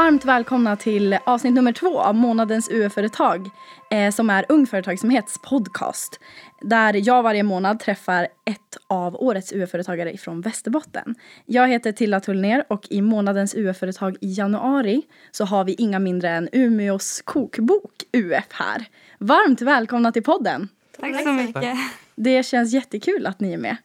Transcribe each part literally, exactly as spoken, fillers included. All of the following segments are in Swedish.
Varmt välkomna till avsnitt nummer två av månadens U F-företag eh, som är Ung Företagsamhets podcast. Där jag varje månad träffar ett av årets U F-företagare från Västerbotten. Jag heter Tilla Tullner och i månadens U F-företag i januari så har vi inga mindre än Umeås kokbok U F här. Varmt välkomna till podden. Tack, Tack så mycket. Det känns jättekul att ni är med.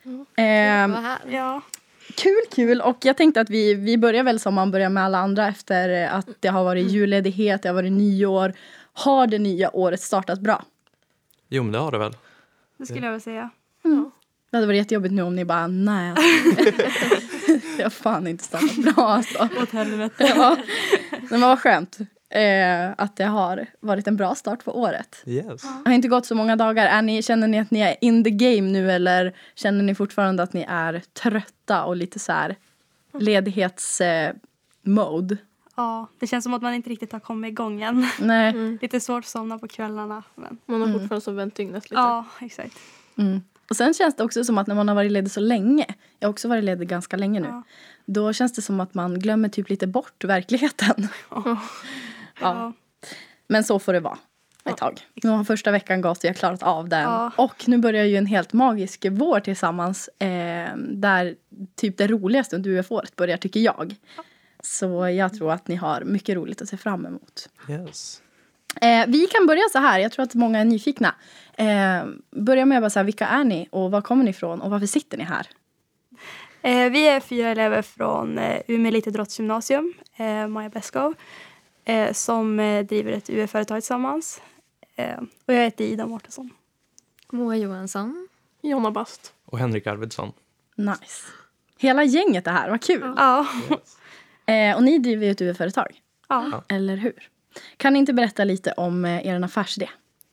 Mm. Eh, ja. Kul, kul. Och jag tänkte att vi, vi börjar väl som man börjar med alla andra efter att det har varit julledighet, det har varit nyår. Har det nya året startat bra? Jo, men det har det väl. Det skulle jag väl säga. Mm. Det hade varit jättejobbigt nu om ni bara, nej. Jag har fan inte startat bra alltså. Åt helvete. Ja. Men vad skönt eh, att det har varit en bra start på året. Yes. Det har inte gått så månmånga dagar. Är ni, känner ni att ni är in the game nu eller känner ni fortfarande att ni är trötta och lite så här ledighetsmode? Eh, ja, det känns som att man inte riktigt har kommit igång än. Nej. Mm. Lite svårt att somna på kvällarna. Men... Man har Mm. fortfarande så vänt dygnet lite. Ja, exakt. Mm. Och sen känns det också som att när man har varit ledig så länge, jag har också varit ledig ganska länge nu, ja. Då känns det som att man glömmer typ lite bort verkligheten. Ja. Ja. Men så får det vara ett tag. Nu har första veckan gått och jag har klarat av den. Ja. Och nu börjar ju en helt magisk vår tillsammans. Eh, där typ det roligaste under U F-året börjar, tycker jag. Så jag tror att ni har mycket roligt att se fram emot. Yes. Eh, vi kan börja så här. Jag tror att många är nyfikna. Eh, börja med att bara säga, vilka är ni? Och var kommer ni ifrån? Och varför sitter ni här? Eh, vi är fyra elever från eh, Umeå Elitidrottsgymnasium. Eh, Maja Beskow. Eh, som eh, driver ett U F-företag tillsammans. Eh, och jag heter Ida Mårtensson. Moa Johansson. Jonna Bast. Och Henrik Arvidsson. Nice. Hela gänget är här, vad kul. Ja. Yes. Eh, och ni driver ju ett U F-företag. Ja. Eller hur? Kan ni inte berätta lite om eh, er affärsidé?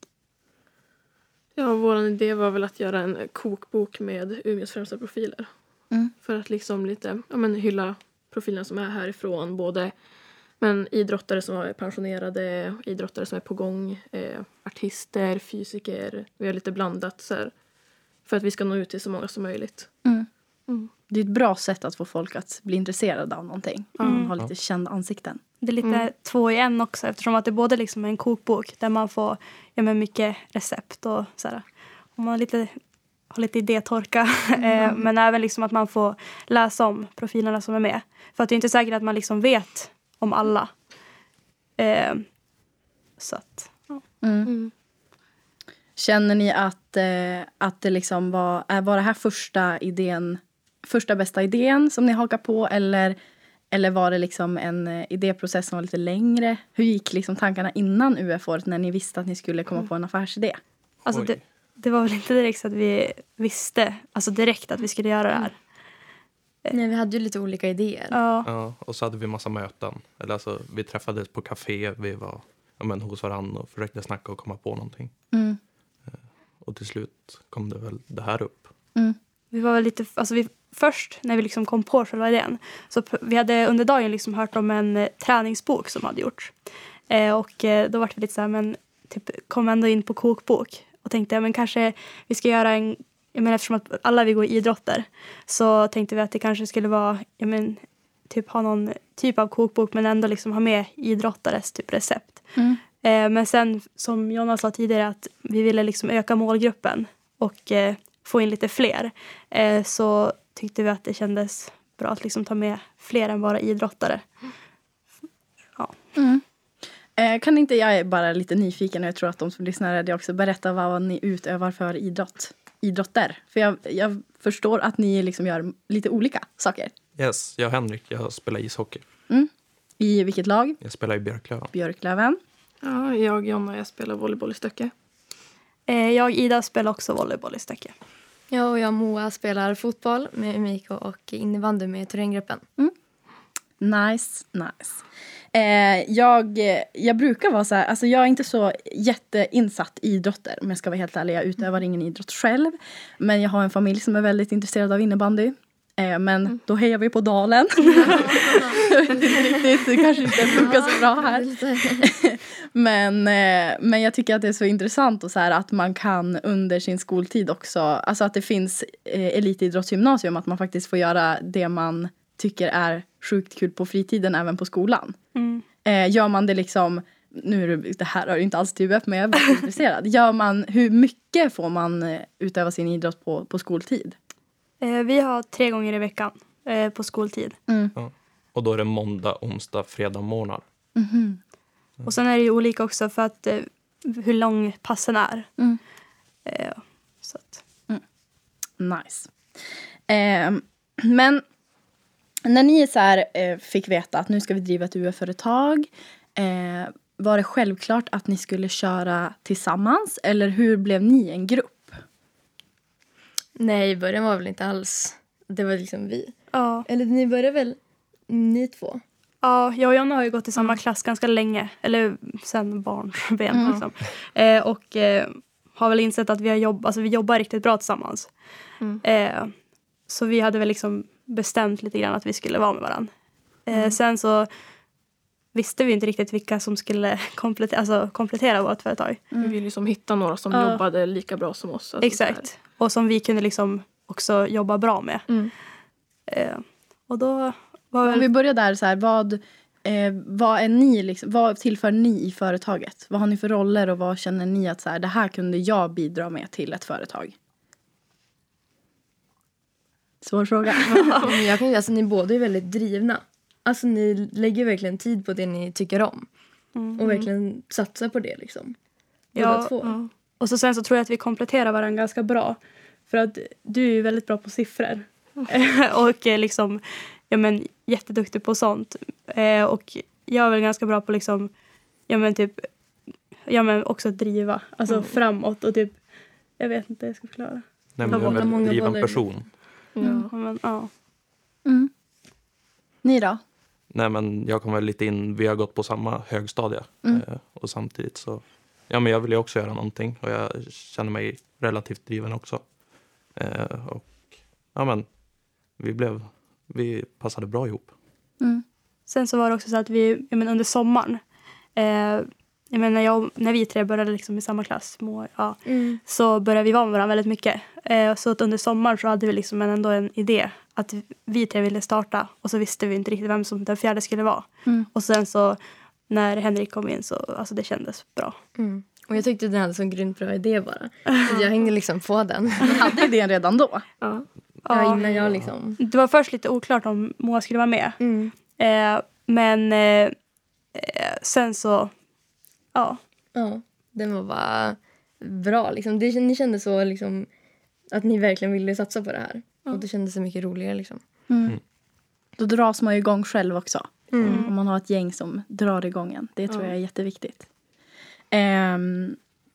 Ja, vår idé var väl att göra en kokbok med Umeås främsta profiler. Mm. För att liksom lite ja, men hylla profilerna som är härifrån. Både men idrottare som är pensionerade, idrottare som är på gång, eh, artister, fysiker. Vi har lite blandat så här, för att vi ska nå ut till så många som möjligt. Mm. Mm. Det är ett bra sätt att få folk att bli intresserade av någonting. Mm. Man har lite kända ansikten. Det är lite Mm. två i en också, eftersom att det är både liksom en kokbok där man får ja, men mycket recept och så här. Och man har lite, har lite idétorka. Mm. Men även liksom att man får läsa om profilerna som är med. För att det är inte säkert att man liksom vet om alla. Eh, så att, ja. Mm. Mm. Känner ni att, eh, att det liksom var, är, var det här första idén, första bästa idén som ni hakar på? Eller, eller var det liksom en eh, idéprocess som var lite längre? Hur gick liksom tankarna innan U F-året när ni visste att ni skulle komma på en affärsidé? Alltså Oj. det, det var väl inte direkt så att vi visste alltså direkt att vi skulle göra det här. Nej, vi hade ju lite olika idéer. Ja. Ja, och så hade vi massa möten. Eller alltså, vi träffades på café. Vi var ja, men, hos varandra och försökte snacka och komma på någonting. Mm. Och till slut kom det väl det här upp. Mm. Vi var väl lite, alltså vi, först när vi liksom kom på själva idén. Så p- vi hade under dagen liksom hört om en eh, träningsbok som hade gjorts. Eh, och eh, då var det lite så här, men typ kom ändå in på kokbok. Och tänkte, ja men kanske vi ska göra en, jag menar eftersom att alla vi går idrotter. Så tänkte vi att det kanske skulle vara, jag men typ ha någon typ av kokbok. Men ändå liksom ha med idrottares typ recept. Mm. Eh, men sen som Jonna sa tidigare att vi ville liksom öka målgruppen. Och eh, få in lite fler. Eh, så tyckte vi att det kändes bra att liksom ta med fler än bara idrottare. Ja. Mm. Eh, kan inte jag är bara lite nyfiken och jag tror att de som lyssnar är det också, berätta vad ni utövar för idrott, idrotter. För jag, jag förstår att ni liksom gör lite olika saker. Yes, jag och Henrik, jag spelar ishockey. Mm. I vilket lag? Jag spelar i Björklöven. Björklöven. Ja, jag, Jonna, jag spelar volleyboll i Stöcke. Eh, jag Ida spelar också volleyboll i Stöcke. Jag och jag Moa spelar fotboll med Umiko och innebandy med terränggruppen. Mm. Nice, nice. Eh, jag, jag brukar vara så här, alltså jag är inte så jätteinsatt i idrotter om jag ska vara helt ärlig. Jag utövar ingen idrott själv. Men jag har en familj som är väldigt intresserad av innebandy. Eh, men mm. då hejar vi på Dalen. Jag vet inte riktigt, det kanske inte funkar så bra här. men, eh, men jag tycker att det är så intressant och så här, att man kan under sin skoltid också, alltså att det finns eh, elitidrottsgymnasium, att man faktiskt får göra det man tycker är sjukt kul på fritiden även på skolan. Mm. Eh, gör man det liksom, nu är det, det här har ju inte alls du upp men jag är väldigt intresserad. Gör man, hur mycket får man eh, utöva sin idrott på, på skoltid? Eh, vi har tre gånger i veckan eh, på skoltid. Mm. Ja. Och då är det måndag, onsdag, fredag, morgnar. Mm-hmm. Och sen är det ju olika också för att eh, hur lång passen är. Mm. Eh, så att. Nice. Eh, men när ni så här, eh, fick veta att nu ska vi driva ett U F-företag. Eh, var det självklart att ni skulle köra tillsammans? Eller hur blev ni en grupp? Nej, i början var väl inte alls. Det var liksom vi. Ja. Eller ni började väl ni två? Ja, jag och Jonna har ju gått i samma klass ganska länge. Eller sen barnsben. Mm. Liksom. Eh, och eh, har väl insett att vi, har jobb, alltså, vi jobbar riktigt bra tillsammans. Mm. Eh, så vi hade väl liksom bestämt lite grann att vi skulle vara med varandra. Eh, Mm. Sen så visste vi inte riktigt vilka som skulle komplettera, alltså, komplettera vårt företag. Vi ville liksom hitta några som Ja. jobbade lika bra som oss. Alltså Exakt. Och som vi kunde liksom också jobba bra med. Mm. Eh, och då var Om väl... vi börjar där, så här, vad, eh, vad är ni liksom, vad tillför ni i företaget? Vad har ni för roller och vad känner ni att så här, det här kunde jag bidra med till ett företag? Svår fråga. Men jag kan ju, alltså, ni båda är väldigt drivna. Alltså ni lägger verkligen tid på det ni tycker om. Mm. Och verkligen satsar på det liksom. Båda Ja, två. Ja. Och så sen så tror jag att vi kompletterar varandra ganska bra. För att du är ju väldigt bra på siffror. och är liksom, ja men, jätteduktig på sånt. Eh, och jag är väl ganska bra på liksom, ja men typ, ja men också driva. Alltså Mm. framåt och typ, jag vet inte hur jag ska förklara. Nej, Ta men du är bort en många väldigt driven bollar. person. Ja. Ja, men, ja. Mm. Ni då? Nej, men jag kommer lite in, vi har gått på samma högstadie. Mm. Eh, och samtidigt så, ja men jag vill ju också göra någonting. Och jag känner mig relativt driven också. Eh, och ja men, vi blev, vi passade bra ihop. Mm. Sen så var det också så att vi, jag menar, under sommaren, eh, jag menar, jag, när vi tre började liksom i samma klass, små, ja, Mm. så började vi vara med varandra väldigt mycket. Eh, så att under sommaren så hade vi liksom en, ändå en idé att vi tre ville starta. Och så visste vi inte riktigt vem som den fjärde skulle vara. Mm. Och sen så när Henrik kom in så alltså det kändes bra. Mm. Och jag tyckte den hade så grymt bra idé bara. Så jag hängde liksom på den. Ni hade idén redan då? Ja. Ja, innan jag liksom... Det var först lite oklart om Moa skulle vara med. Mm. Eh, men eh, eh, sen så, ja. Ja, den var bara bra. Liksom. Det, ni kände så liksom, att ni verkligen ville satsa på det här. Ja. Och det kändes så mycket roligare. Liksom. Mm. Då dras man ju igång själv också. Mm. Om man har ett gäng som drar igång en. Det tror Ja. jag är jätteviktigt. Ehm,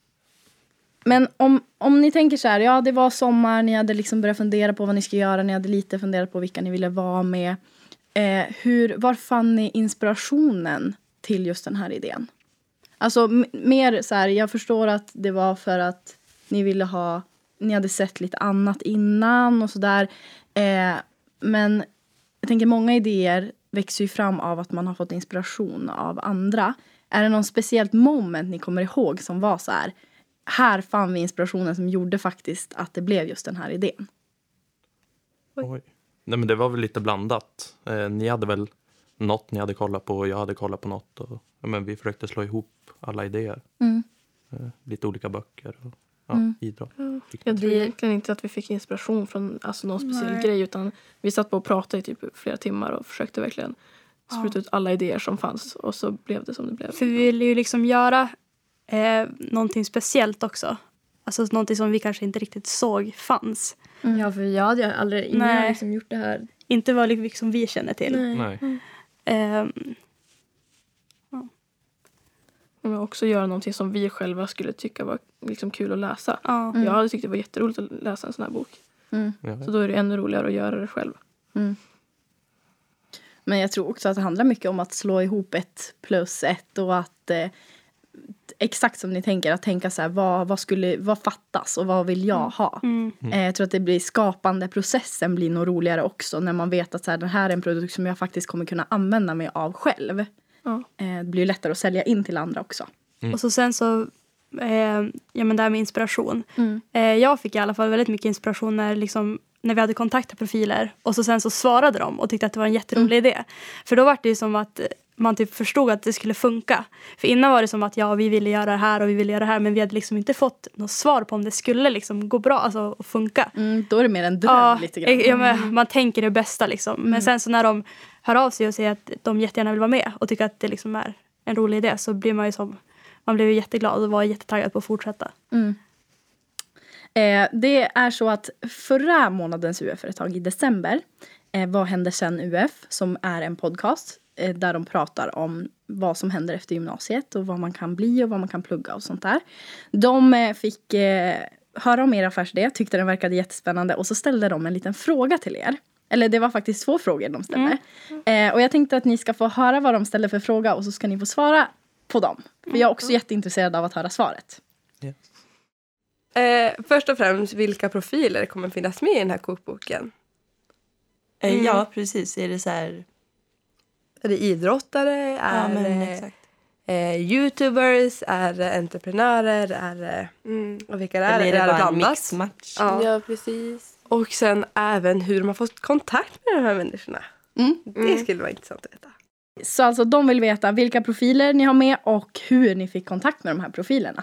men om, om ni tänker så här, ja det var sommar, ni hade liksom börjat fundera på vad ni skulle göra, ni hade lite funderat på vilka ni ville vara med. Eh, hur, var fann ni inspirationen till just den här idén? Alltså m- mer så här, jag förstår att det var för att ni ville ha, ni hade sett lite annat innan och sådär. Eh, men jag tänker många idéer växer ju fram av att man har fått inspiration av andra. Är det någon speciellt moment ni kommer ihåg som var så här, här fann vi inspirationen som gjorde faktiskt att det blev just den här idén? Oj. Nej, men det var väl lite blandat. Eh, ni hade väl något ni hade kollat på och jag hade kollat på något. Och, ja, men vi försökte slå ihop alla idéer. Mm. Eh, lite olika böcker och ja, Mm. idrott. Jag tror Det- egentligen inte att vi fick inspiration från alltså, någon speciell Nej. grej utan vi satt på och pratade i typ flera timmar och försökte verkligen spruta ut alla idéer som fanns och så blev det som det blev. För vi ville ju liksom göra eh, någonting speciellt också. Alltså någonting som vi kanske inte riktigt såg fanns. Ja, för jag hade ju aldrig innan Nej. jag liksom gjort det här. Inte vad liksom vi känner till. Nej. Nej. Ehm, Men också göra någonting som vi själva skulle tycka var liksom kul att läsa. ja. Mm. Jag hade tyckt det var jätteroligt att läsa en sån här bok. Mm. Ja. Så då är det ännu roligare att göra det själv. Mm. Men jag tror också att det handlar mycket om att slå ihop ett plus ett och att eh, exakt som ni tänker, att tänka så här, vad, vad, skulle, vad fattas och vad vill jag ha? Mm. Eh, jag tror att det blir skapande processen blir nog roligare också när man vet att så här, den här är en produkt som jag faktiskt kommer kunna använda mig av själv. Ja. Eh, det blir ju lättare att sälja in till andra också. Mm. Och så sen så, eh, ja men det här med inspiration. Mm. Eh, jag fick i alla fall väldigt mycket inspiration när, liksom, när vi hade kontaktprofiler och så sen så svarade de och tyckte att det var en jätterolig mm. idé. För då var det ju som att man typ förstod att det skulle funka. För innan var det som att ja, vi ville göra det här och vi ville göra det här, men vi hade liksom inte fått något svar på om det skulle liksom gå bra, alltså och funka. Mm, då är det mer en dröm ja, lite grann. Ja, men man tänker det bästa liksom. Men mm. sen så när de hör av sig och säger att de jättegärna vill vara med och tycker att det liksom är en rolig idé, så blir man ju som, man blev ju jätteglad och var jättetaggad på att fortsätta. Mm. Eh, det är så att förra månadens U F-företag i december, eh, Vad händer sen U F, som är en podcast eh, där de pratar om vad som händer efter gymnasiet och vad man kan bli och vad man kan plugga och sånt där. De eh, fick eh, höra om er affärsidé, tyckte den verkade jättespännande och så ställde de en liten fråga till er. Eller det var faktiskt två frågor de ställde. Mm. Eh, och jag tänkte att ni ska få höra vad de ställde för fråga och så ska ni få svara på dem. För jag är också jätteintresserad av att höra svaret. Yeah. Eh, först och främst, vilka profiler kommer finnas med i den här kokboken? Mm. Eh, ja, precis. Är det så här... Är det idrottare? Är ja, men, det exakt. Eh, YouTubers? Är det entreprenörer? Är det... Mm. Och vilka är det? Eller är det, är det bara en mixmatch? Ja. ja, precis. Och sen även hur de har fått kontakt med de här människorna. Mm. Det skulle vara intressant att veta. Så alltså de vill veta vilka profiler ni har med och hur ni fick kontakt med de här profilerna.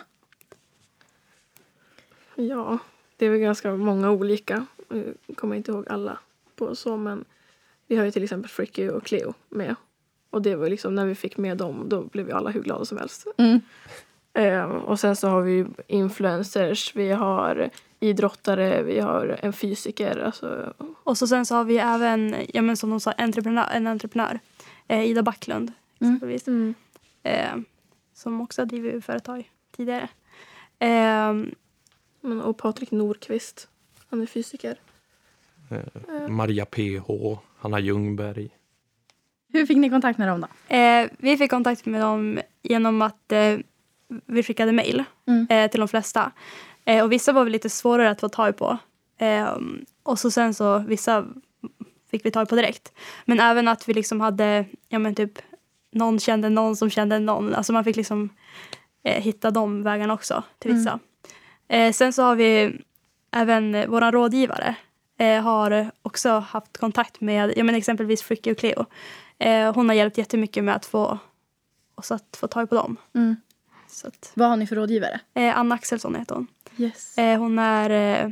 Ja, det är väl ganska många olika. Jag kommer inte ihåg alla på så, men vi har ju till exempel Fricky och Cleo med. Och det var liksom när vi fick med dem, då blev vi alla hur glada som helst. Mm. Eh, och sen så har vi influencers, vi har idrottare, vi har en fysiker. Alltså. Och så sen så har vi även, ja men som de sa, entreprenör, en entreprenör. Eh, Ida Backlund, exempelvis. Mm. Eh, som också har drivit företag tidigare. Eh, men, och Patrik Norqvist, han är fysiker. Eh, Maria P H, Hanna Ljungberg. Hur fick ni kontakt med dem då? Eh, vi fick kontakt med dem genom att eh, vi skickade mejl mm. eh, till de flesta. Eh, och vissa var väl lite svårare att få tag på. Eh, och så sen så vissa fick vi tag på direkt. Men även att vi liksom hade, ja men typ, någon kände någon som kände någon. Alltså man fick liksom eh, hitta de vägarna också till vissa. Mm. Eh, sen så har vi även eh, våran rådgivare eh, har också haft kontakt med, ja men exempelvis Fricky och Cleo. Eh, hon har hjälpt jättemycket med att få oss att få tag på dem. Mm. Så att, vad har ni för rådgivare? Eh, Anna Axelsson heter hon. Yes. Eh, hon är eh,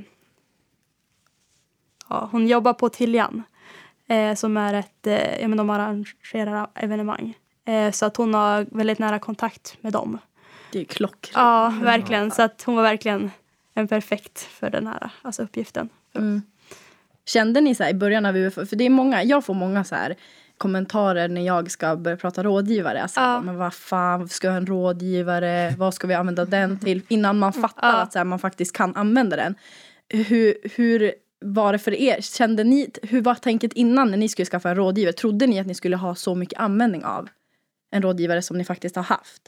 ja, hon jobbar på Tiljan. Eh, som är ett, eh, ja men de arrangerar evenemang. Eh, så att hon har väldigt nära kontakt med dem. Det är klockrent. Ja, verkligen. Så att hon var verkligen en perfekt för den här alltså uppgiften. Mm. Kände ni så här i början av U F? För det är många, jag får många så här kommentarer när jag ska börja prata rådgivare. Alltså, ja. Men vad fan, ska jag ha en rådgivare? Vad ska vi använda den till? Innan man fattar ja. att så här, man faktiskt kan använda den. Hur, hur var det för er? Kände ni, hur var tänket innan när ni skulle skaffa en rådgivare? Trodde ni att ni skulle ha så mycket användning av en rådgivare som ni faktiskt har haft?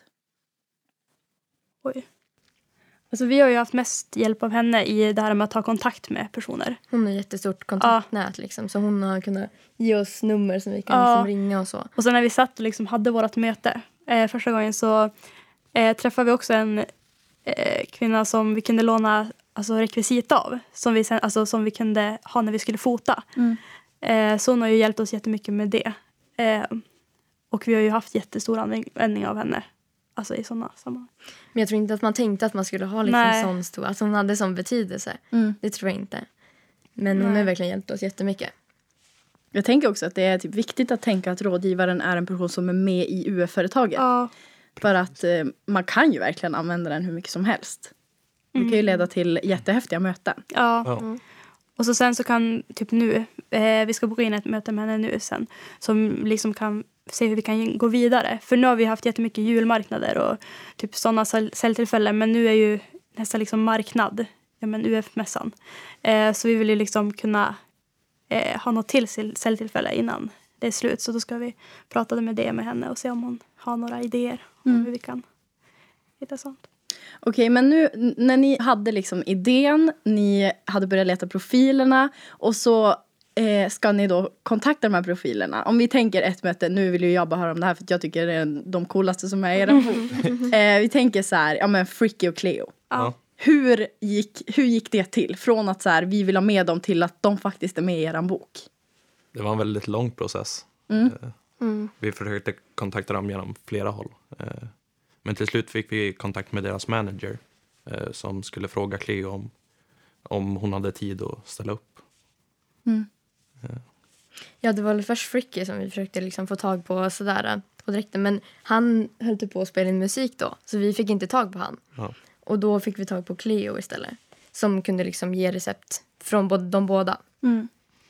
Oj. Alltså vi har ju haft mest hjälp av henne i det här med att ta kontakt med personer. Hon har jättestort kontaktnät ja. liksom. Så hon har kunnat ge oss nummer som vi kan ja. liksom ringa och så. Och sen när vi satt och liksom hade vårt möte eh, första gången så eh, träffade vi också en eh, kvinna som vi kunde låna alltså, rekvisit av. Som vi, sen, alltså, som vi kunde ha när vi skulle fota. Mm. Eh, så hon har ju hjälpt oss jättemycket med det. Eh, och vi har ju haft jättestor användning av henne. Alltså i sådana sammanhang. Men jag tror inte att man tänkte att man skulle ha liksom sån stor... Alltså hon hade sån betydelse. Mm. Det tror jag inte. Men Nej. hon har verkligen hjälpt oss jättemycket. Jag tänker också att det är typ viktigt att tänka att rådgivaren är en person som är med i U F-företaget. Ja. För att eh, man kan ju verkligen använda den hur mycket som helst. Mm. Det kan ju leda till jättehäftiga möten. Ja. ja. Mm. Och så sen så kan typ nu... Eh, vi ska boka in ett möte med henne nu sen. Som liksom kan... se hur vi kan gå vidare. För nu har vi haft jättemycket julmarknader och typ sådana säljtillfällen. Men nu är ju nästan liksom marknad. Ja men U F-mässan. Eh, så vi vill ju liksom kunna eh, ha något till säljtillfälle innan det är slut. Så då ska vi prata med det med henne och se om hon har några idéer. Om mm. hur vi kan hitta sånt. Okej, okay, men nu när ni hade liksom idén. Ni hade börjat leta profilerna. Och så... Eh, ska ni då kontakta de här profilerna? Om vi tänker ett möte, nu vill ju jag bara höra om det här för att jag tycker det är de coolaste som är i era bok. eh, Vi tänker så här, ja men Fricky och Cleo. Ja. hur gick, hur gick det till? Från att så här, vi vill ha med dem till att de faktiskt är med i er bok. Det var en väldigt lång process. Mm. Eh, Mm. Vi försökte kontakta dem genom flera håll. Eh, Men till slut fick vi kontakt med deras manager eh, som skulle fråga Cleo om, om hon hade tid att ställa upp. Mm. Ja, det var väl först Fricky som vi försökte liksom få tag på sådär på direkten. Men han höll typ på att spela in musik då. Så vi fick inte tag på han. Ja. Och då fick vi tag på Cleo istället. Som kunde liksom ge recept från både, de båda. Mm.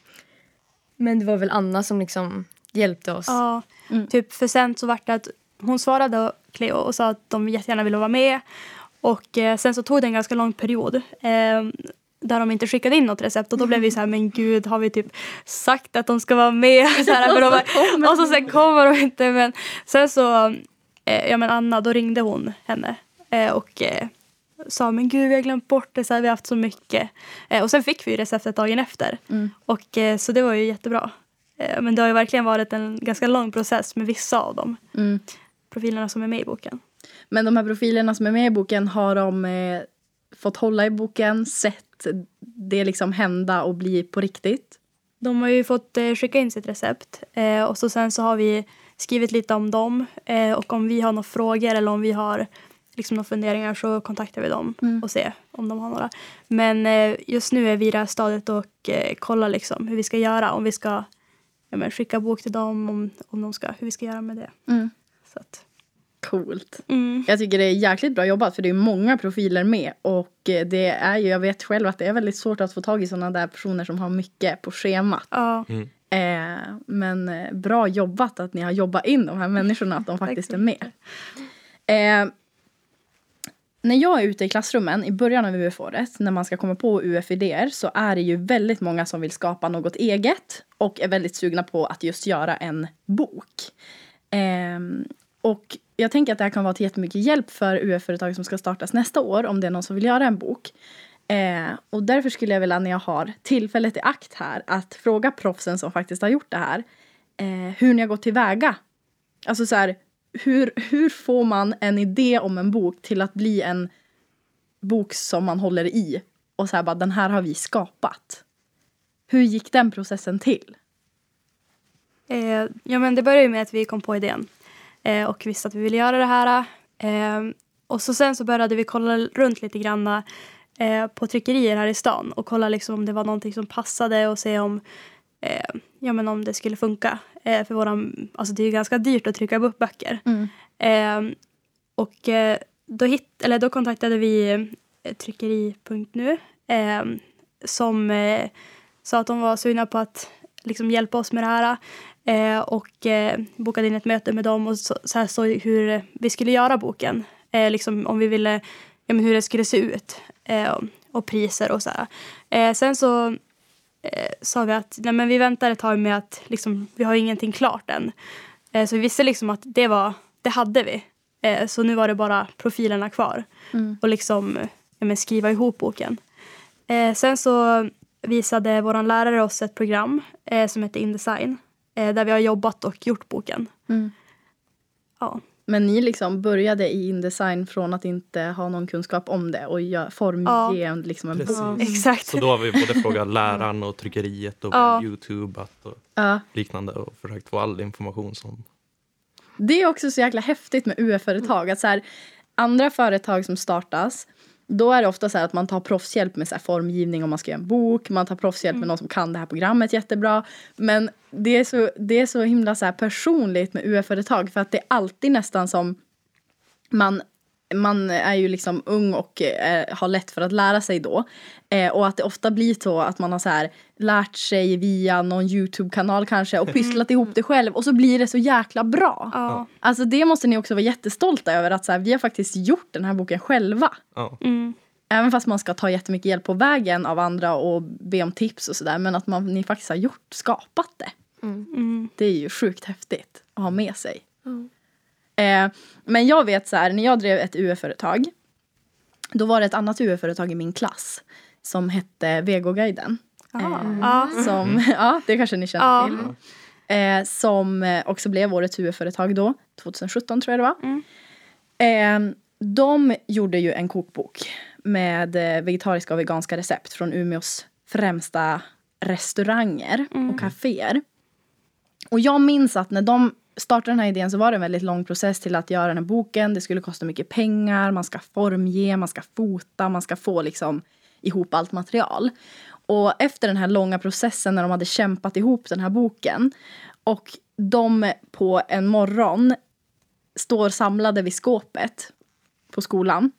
Men det var väl Anna som liksom hjälpte oss. Ja, Mm. typ för sen så vart det att hon svarade Cleo och sa att de jättegärna ville vara med. Och eh, sen så tog det en ganska lång period. Eh, där de inte skickade in något recept. Och då blev vi så här, men gud, har vi typ sagt att de ska vara med? Så här, men de bara, och så sen kommer de inte. Men sen så, eh, ja men Anna, då ringde hon henne. Eh, och eh, sa, men gud, vi har glömt bort det. Så här, vi har haft så mycket. Eh, och sen fick vi receptet dagen efter. Mm. Och eh, så det var ju jättebra. Eh, men det har ju verkligen varit en ganska lång process med vissa av de Mm. profilerna som är med i boken. Men de här profilerna som är med i boken, har de eh, fått hålla i boken, sett det liksom hända och bli på riktigt? De har ju fått eh, skicka in sitt recept. Eh, och så sen så har vi skrivit lite om dem. Eh, och om vi har några frågor eller om vi har liksom några funderingar så kontaktar vi dem Mm. och ser om de har några. Men eh, just nu är vi i det här stadiet och eh, kollar liksom hur vi ska göra. Om vi ska ja, men, skicka bok till dem, om, om de ska, hur vi ska göra med det. Mm. Så att, Coolt. mm. Jag tycker det är jäkligt bra jobbat, för det är många profiler med. Och eh, det är ju, jag vet själv att det är väldigt svårt att få tag i sådana där personer som har mycket på schemat. Ja, Mm. Eh, men eh, bra jobbat att ni har jobbat in de här människorna, att de faktiskt så är med. Eh, när jag är ute i klassrummen i början av U F-året, när man ska komma på U F-idéer, så är det ju väldigt många som vill skapa något eget och är väldigt sugna på att just göra en bok. Eh, och jag tänker att det här kan vara till jättemycket hjälp för U F-företag som ska startas nästa år, om det är någon som vill göra en bok. Eh, och därför skulle jag vilja, när jag har tillfället i akt här, att fråga proffsen som faktiskt har gjort det här, eh, hur ni har gått tillväga. Alltså så här, hur, hur får man en idé om en bok till att bli en bok som man håller i? Och så här bara, den här har vi skapat. Hur gick den processen till? Eh, ja, men det började ju med att vi kom på idén. Eh, och visste att vi ville göra det här. Eh, och så sen så började vi kolla runt lite grann eh, på tryckerier här i stan. Och kolla liksom om det var någonting som passade och se om, eh, ja, men om det skulle funka. Eh, för våran, alltså det är ju ganska dyrt att trycka upp böcker. Mm. Eh, och eh, då, hit, eller då kontaktade vi eh, tryckeri punkt nu. Eh, som eh, sa att de var sugna på att liksom hjälpa oss med det här. Eh, och eh, bokade in ett möte med dem och så, så här så hur vi skulle göra boken. Eh, liksom om vi ville, ja, men hur det skulle se ut. Eh, och priser och så här. Eh, sen så eh, sa vi att nej, men vi väntar ett tag med att liksom, vi har ingenting klart än. Eh, så vi visste liksom att det var, det hade vi. Eh, så nu var det bara profilerna kvar. Mm. Och liksom ja, men skriva ihop boken. Eh, sen så visade våran lärare oss ett program eh, som heter InDesign. Eh, där vi har jobbat och gjort boken. Mm. Ja. Men ni liksom började i InDesign från att inte ha någon kunskap om det och gör, formge Ja. liksom en Precis. bok. Exakt. Så då har vi både frågat läraren och tryckeriet och Ja. YouTube och Ja. liknande och försökt få all information som... Det är också så jäkla häftigt med U F-företag. Att så här, andra företag som startas, då är det ofta så här att man tar proffshjälp med så här formgivning om man ska göra en bok. Man tar proffshjälp med någon som kan det här programmet jättebra. Men det är så, det är så himla så här personligt med U F-företag. För att det är alltid nästan som man... Man är ju liksom ung och eh, har lätt för att lära sig då. Eh, och att det ofta blir så att man har så här lärt sig via någon YouTube-kanal kanske och pysslat ihop det själv. Och så blir det så jäkla bra. Ja. Alltså det måste ni också vara jättestolta över. Att så här, vi har faktiskt gjort den här boken själva. Ja. Mm. Även fast man ska ta jättemycket hjälp på vägen av andra och be om tips och sådär. Men att man, ni faktiskt har gjort, skapat det. Mm. Det är ju sjukt häftigt att ha med sig. Mm. Eh, men jag vet så här, när jag drev ett U F-företag, då var det ett annat U F-företag i min klass som hette Vegoguiden. Ja. Eh, Ja. Som, ja, det kanske ni känner Ja. till. Eh, som eh, också blev årets U F-företag då, tjugo sjutton tror jag det var. Mm. Eh, de gjorde ju en kokbok med eh, vegetariska och veganska recept från Umeås främsta restauranger Mm. och kaféer. Och jag minns att när de startade den här idén så var det en väldigt lång process till att göra den här boken. Det skulle kosta mycket pengar, man ska formge, man ska fota, man ska få liksom ihop allt material. Och efter den här långa processen när de hade kämpat ihop den här boken och de på en morgon står samlade vid skåpet på skolan.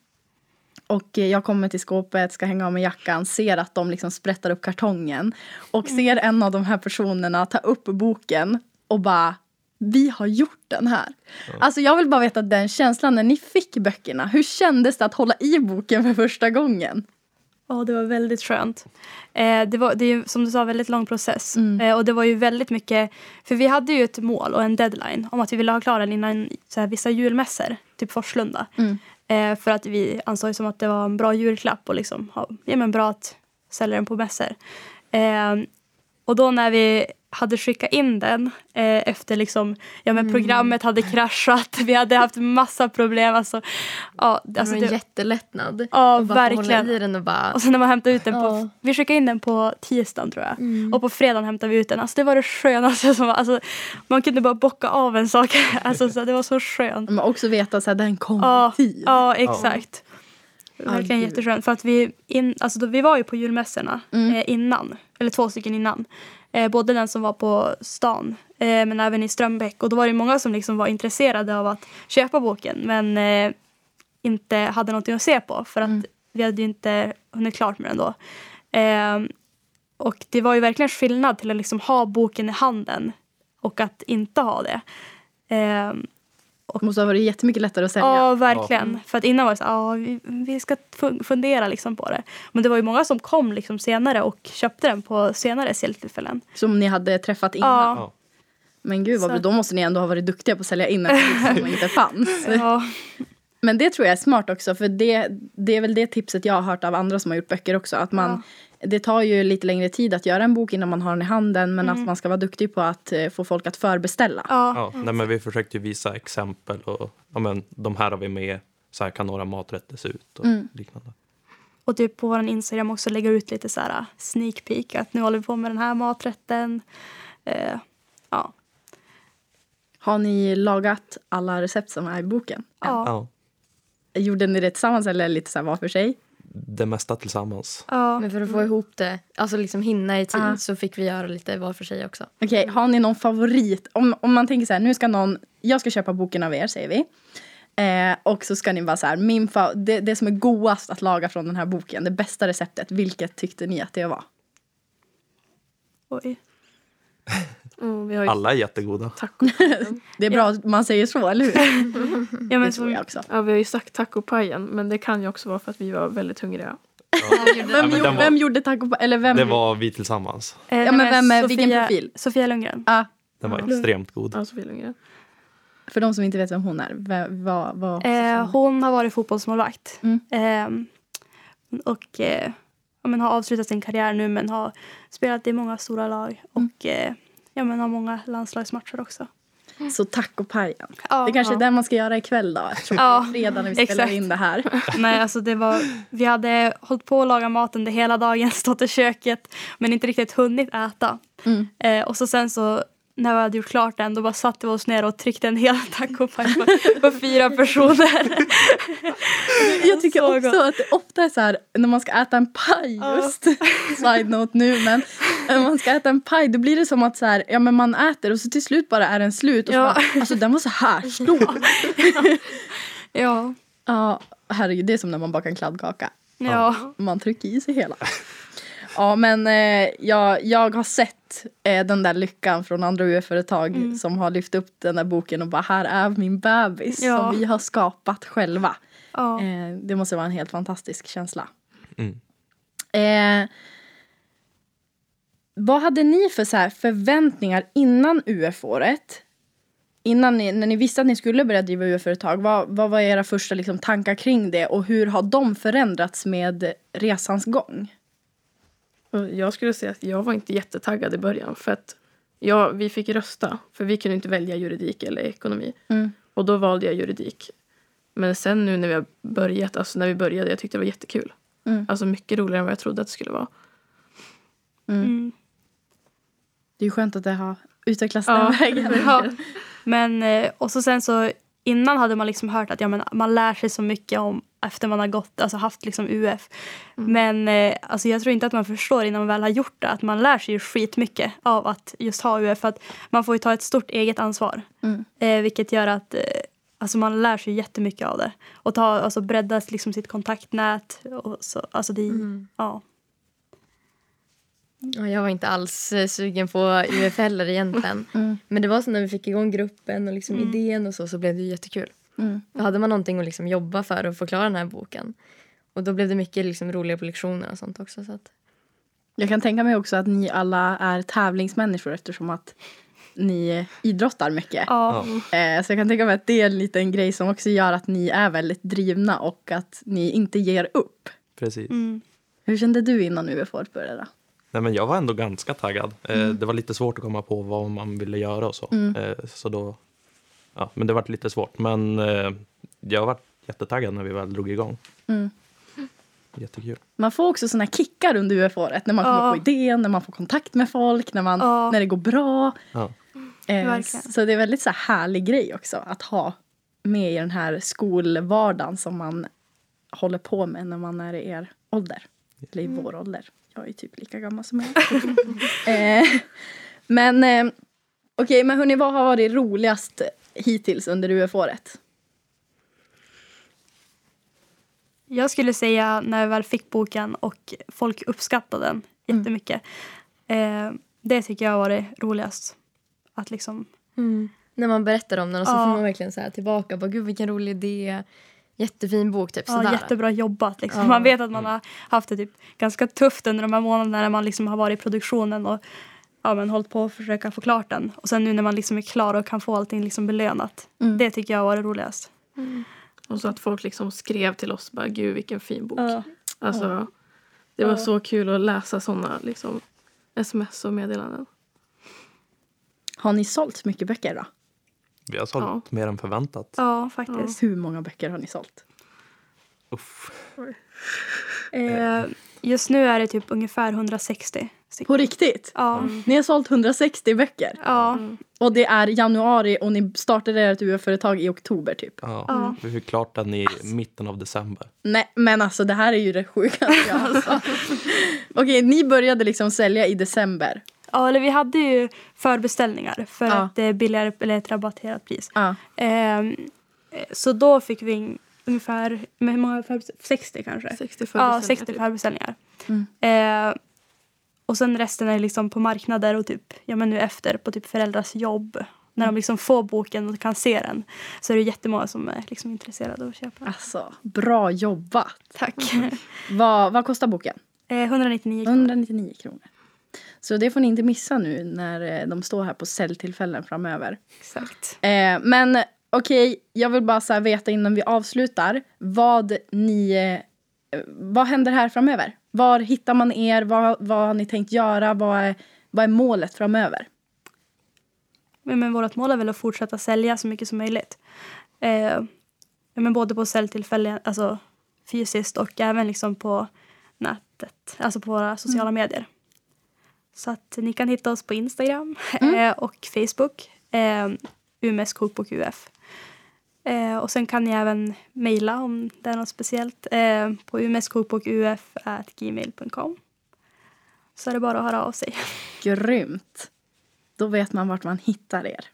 Och jag kommer till skåpet, ska hänga av med jackan, ser att de liksom sprättar upp kartongen. Och ser en av de här personerna ta upp boken och bara, vi har gjort den här. Ja. Alltså jag vill bara veta den känslan när ni fick böckerna. Hur kändes det att hålla i boken för första gången? Ja, oh, det var väldigt skönt. Eh, det var det är ju, som du sa, väldigt lång process. Mm. Eh, och det var ju väldigt mycket, för vi hade ju ett mål och en deadline om att vi ville ha klar den innan så här, vissa julmässor, typ Forslunda. Mm. Eh, för att vi ansåg som att det var en bra julklapp och liksom, ha, ja, men bra att sälja den på mässor. Eh, och då när vi hade skickat in den eh, efter liksom, ja men programmet hade kraschat, vi hade haft massa problem, alltså, ja, Det alltså var en det, jättelättnad. ja Och bara få verkligen. hålla i den och bara... Och sen när man hämtade ut den på, Ja. vi skickade in den på tisdagen tror jag. Mm. Och på fredagen hämtade vi ut den. Alltså det var det skönaste som var, alltså man kunde bara bocka av en sak. Alltså så, det var så skönt. Men också veta att den kom Ja, i tid. ja exakt. Ja. Verkligen Ah, jätteskönt. För att vi, in, alltså då, vi var ju på julmässorna Mm. eh, innan. Eller två stycken innan. Eh, både den som var på stan. Eh, men även i Strömbäck. Och då var det många som liksom var intresserade av att köpa boken. Men eh, inte hade någonting att se på. För att Mm. vi hade ju inte hunnit klart med den då. Eh, och det var ju verkligen skillnad till att liksom ha boken i handen. Och att inte ha det. Eh, Det måste ha varit jättemycket lättare att sälja. Ja, verkligen. För att innan var det så ja, vi, vi ska fu- fundera liksom på det. Men det var ju många som kom liksom senare och köpte den på senare säljtillfällen. Som ni hade träffat innan. Ja. Ja. Men gud, vad, Så. då måste ni ändå ha varit duktiga på att sälja in en bok som inte fanns. Ja. Men det tror jag är smart också. För det, det är väl det tipset jag har hört av andra som har gjort böcker också. Att man, det tar ju lite längre tid att göra en bok innan man har den i handen. Men Mm. att man ska vara duktig på att eh, få folk att förbeställa. Ja. Ja, nej, men vi försökte ju visa exempel och ja, men, de här har vi med, så här kan några maträtter se ut och Mm. liknande. Och typ på vår Instagram också lägga ut lite så här sneak peek. Att nu håller vi på med den här maträtten. Eh, ja. Har ni lagat alla recept som är i boken? Ja. Ja, Gjorde ni det tillsammans eller lite så här var för sig? det mesta tillsammans. Ja. Men för att få ihop det, alltså liksom hinna i tid, Ah. så fick vi göra lite var för sig också. Okej, har ni någon favorit? Om, om man tänker så här, nu ska någon, jag ska köpa boken av er, säger vi. Eh, och så ska ni bara så här, min fa- det, det som är godast att laga från den här boken, det bästa receptet, vilket tyckte ni att det var? Oj. Mm, vi har ju Alla är jättegoda. taco. Det är bra att man säger så, eller hur? Ja, Det men tror som, jag också. Ja, vi har ju sagt tacopajen, men det kan ju också vara för att vi var väldigt hungriga. Vem, men gjorde, den var- vem gjorde taco pa- eller vem? Det var vi tillsammans. eh, Ja, men nej, vem är- Sofia, vilken profil? Sofia Lundgren. Ah, Den var Ja. extremt god. Ja, Sofia Lundgren. för de som inte vet vem hon är, vad... vad, vad Eh, hon har varit fotbollsmålvakt. Mm. Eh, och eh, ja, men har avslutat sin karriär nu, men har spelat i många stora lag. Mm. Och eh, ja, men har många landslagsmatcher också. Så tacopajen. Ja, Det kanske ja. är det man ska göra ikväll då. Eftersom Ja, det är fredag när vi spelar exakt. in det här. Nej, alltså det var, vi hade hållit på att laga maten det hela dagen, stått i köket, men inte riktigt hunnit äta. Mm. Eh, och så sen så, när vi hade gjort klart den, då bara satte vi oss ner och tryckte en hel tacopaj på, på fyra personer. Jag tycker Så också gott. att det ofta är så här, när man ska äta en paj Ja. just, side note nu, men när man ska äta en paj då blir det som att så här, ja men man äter och så till slut bara är den slut och så Ja. bara, alltså den var så här stor. Ja, Ja, herregud, det är som när man bakar en kladdkaka. ja. Man trycker i sig hela. Ja, men eh, jag, jag har sett eh, den där lyckan från andra U F-företag Mm. som har lyft upp den där boken och bara, här är min bebis Ja. som vi har skapat själva. ja. Eh, det måste vara en helt fantastisk känsla. Mm. Eh, vad hade ni för så här förväntningar innan U F-året? Innan ni, när ni visste att ni skulle börja driva U F-företag, vad, vad var era första liksom, tankar kring det? Och hur har de förändrats med resans gång? Och jag skulle säga att jag var inte jättetaggad i början. För att jag, vi fick rösta. För vi kunde inte välja juridik eller ekonomi. Mm. Och då valde jag juridik. Men sen nu när vi har börjat, alltså när vi började, jag tyckte det var jättekul. Mm. Alltså mycket roligare än vad jag trodde att det skulle vara. Mm. Mm. Det är ju skönt att det har utvecklats Ja. den vägen. Ja. Men, eh, och så sen så innan hade man liksom hört att ja, men man lär sig så mycket om efter man har gått, alltså haft liksom U F. Mm. Men eh, alltså jag tror inte att man förstår innan man väl har gjort det att man lär sig ju skitmycket av att just ha U F. För att man får ju ta ett stort eget ansvar. Mm. Eh, vilket gör att eh, alltså man lär sig jättemycket av det. Och ta, alltså bredda liksom sitt kontaktnät. Och så, alltså det, Mm. ja. Och jag var inte alls eh, sugen på U F heller egentligen. Mm. Men det var så när vi fick igång gruppen och liksom Mm. idén och så, så blev det ju jättekul. Mm. Då hade man någonting att liksom jobba för att förklara den här boken. Och då blev det mycket liksom roliga på lektioner och sånt också. Så att... Jag kan tänka mig också att ni alla är tävlingsmänniskor eftersom att ni idrottar mycket. Ja. Eh, så jag kan tänka mig att det är en liten grej som också gör att ni är väldigt drivna och att ni inte ger upp. Precis. Mm. Hur kände du innan U F började? Nej, men jag var ändå ganska taggad. Eh, det var lite svårt att komma på vad man ville göra och så. Mm. Eh, så då, ja, men det var lite svårt. Men eh, jag var jättetaggad när vi väl drog igång. Mm. Jättekul. Man får också såna kickar under U F-året. När man kommer Ja. på idén, när man får kontakt med folk, när, man, Ja. när det går bra. Ja. Eh, Verkligen. så det är väldigt så här härlig grej också att ha med i den här skolvardagen som man håller på med när man är i er ålder. Eller i vår ålder. Jag är typ lika gammal som jag. eh, men eh, okej, okay, men hörni, vad har varit roligast hittills under U F-året? Jag skulle säga när jag väl fick boken och folk uppskattade den jättemycket. Eh, det tycker jag har varit roligast. Att liksom... Mm. När man berättar om den och så Ja. får man verkligen så här tillbaka. Bara, gud vilken rolig idé. Jättefin bok, typ Ja, sådär. jättebra jobbat. Liksom. Ja. Man vet att man har haft det typ ganska tufft under de här månaderna när man liksom har varit i produktionen och ja, men hållit på att försöka få klart den. Och sen nu när man liksom är klar och kan få allting liksom belönat. Mm. Det tycker jag har varit roligast. Och så att folk liksom skrev till oss bara, gud vilken fin bok. Ja. Alltså, det var Ja. så kul att läsa sådana liksom, sms och meddelanden. Har ni sålt mycket böcker då? Vi har sålt Ja. mer än förväntat. Ja, faktiskt. Hur många böcker har ni sålt? Uff. Eh, just nu är det typ ungefär hundrasextio stycken. På riktigt? Ja. Ni har sålt hundrasextio böcker. Ja. Och det är januari och ni startade ert U F-företag i oktober typ. Ja. Ja. Vi fick klart den i mitten av december. Nej, men alltså det här är ju det sjukaste jag har sagt. Okej, ni började liksom sälja i december. Ja, eller vi hade ju förbeställningar för Ja. att det är billigare eller ett rabatterat pris. Ja. Ehm, så då fick vi ungefär med hur många för, sextio kanske. sextio Ja, förbeställningar, sextio typ. förbeställningar. Mm. Ehm, och sen resten är liksom på marknader och typ, ja men nu efter på typ föräldrars jobb. När de liksom får boken och kan se den. Så är det jättemånga som är liksom intresserade av att köpa. Alltså, bra jobbat. Tack. Vad, vad kostar boken? eh, etthundranittionio kronor. etthundranittionio kronor. Så det får ni inte missa nu när eh, de står här på säljtillfällen framöver. Exakt. Eh, men okej, jag vill bara så här veta innan vi avslutar. Vad ni... Eh, vad händer här framöver? Var hittar man er? Vad, vad har ni tänkt göra? Vad är, vad är målet framöver? Men, men vårt mål är väl att fortsätta sälja så mycket som möjligt. Eh, ja, men både på säljtillfällen, alltså fysiskt och även liksom på nätet. Alltså på våra sociala medier. Så att ni kan hitta oss på Instagram eh, och Facebook. Eh, U M S kokbok U F. Eh, och sen kan ni även mejla om det är något speciellt. Eh, på umskokbokuf at gmail punkt com. Så är det bara att höra av sig. Grymt. Då vet man vart man hittar er.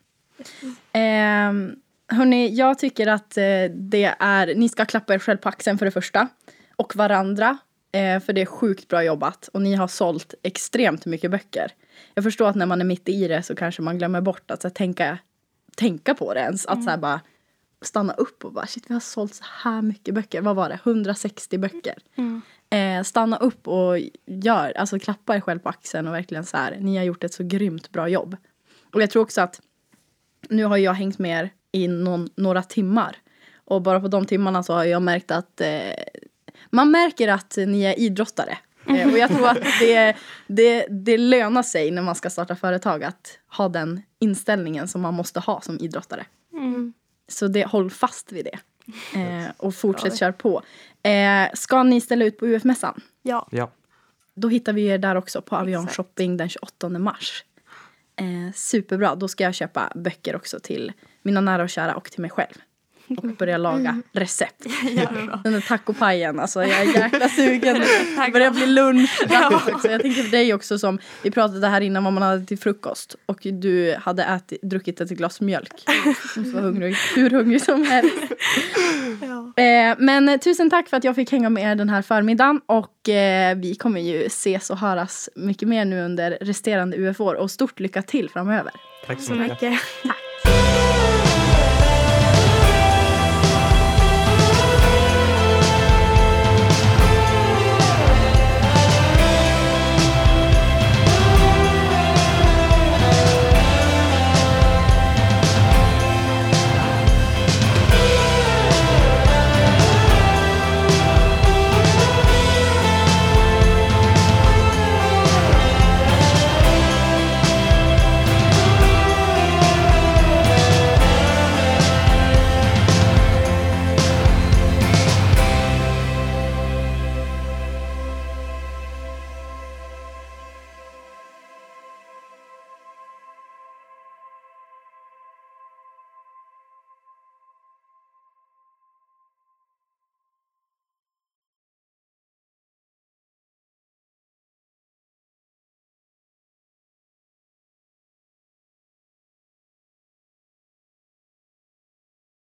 Eh, hörni, jag tycker att eh, det är... Ni ska klappa er själv på axeln för det första. Och varandra. Eh, för det är sjukt bra jobbat. Och ni har sålt extremt mycket böcker. Jag förstår att när man är mitt i det så kanske man glömmer bort att så här, tänka, tänka på det ens. Att så här, bara stanna upp och bara, shit, vi har sålt så här mycket böcker. Vad var det? hundrasextio böcker. Mm. Eh, stanna upp och gör, alltså klappa er själv på axeln och verkligen så här, ni har gjort ett så grymt bra jobb. Och jag tror också att nu har jag hängt med er i någon, några timmar. Och bara på de timmarna så har jag märkt att eh, man märker att ni är idrottare. Eh, och jag tror att det, det, det lönar sig när man ska starta företag att ha den inställningen som man måste ha som idrottare. Mm. Så det, håll fast vid det. Eh, och fortsätt köra på. Eh, ska ni ställa ut på U F-mässan? Ja. Ja. Då hittar vi er där också på Avion Exakt. Shopping den tjugoåttonde mars. Eh, superbra. Då ska jag köpa böcker också till mina nära och kära och till mig själv. Och börja laga recept. Den där tacopajen, alltså jag är jäkla sugen. Det börjar bli lunch. Ja. Jag tänkte för dig också som, vi pratade här innan vad man hade till frukost. Och du hade ätit, druckit ett glas mjölk. Du var hungrig, hur hungrig som helst. Ja. Eh, men tusen tack för att jag fick hänga med er den här förmiddagen. Och eh, vi kommer ju ses och höras mycket mer nu under resterande U F-år. Och stort lycka till framöver. Tack så Så mycket. mycket. Tack.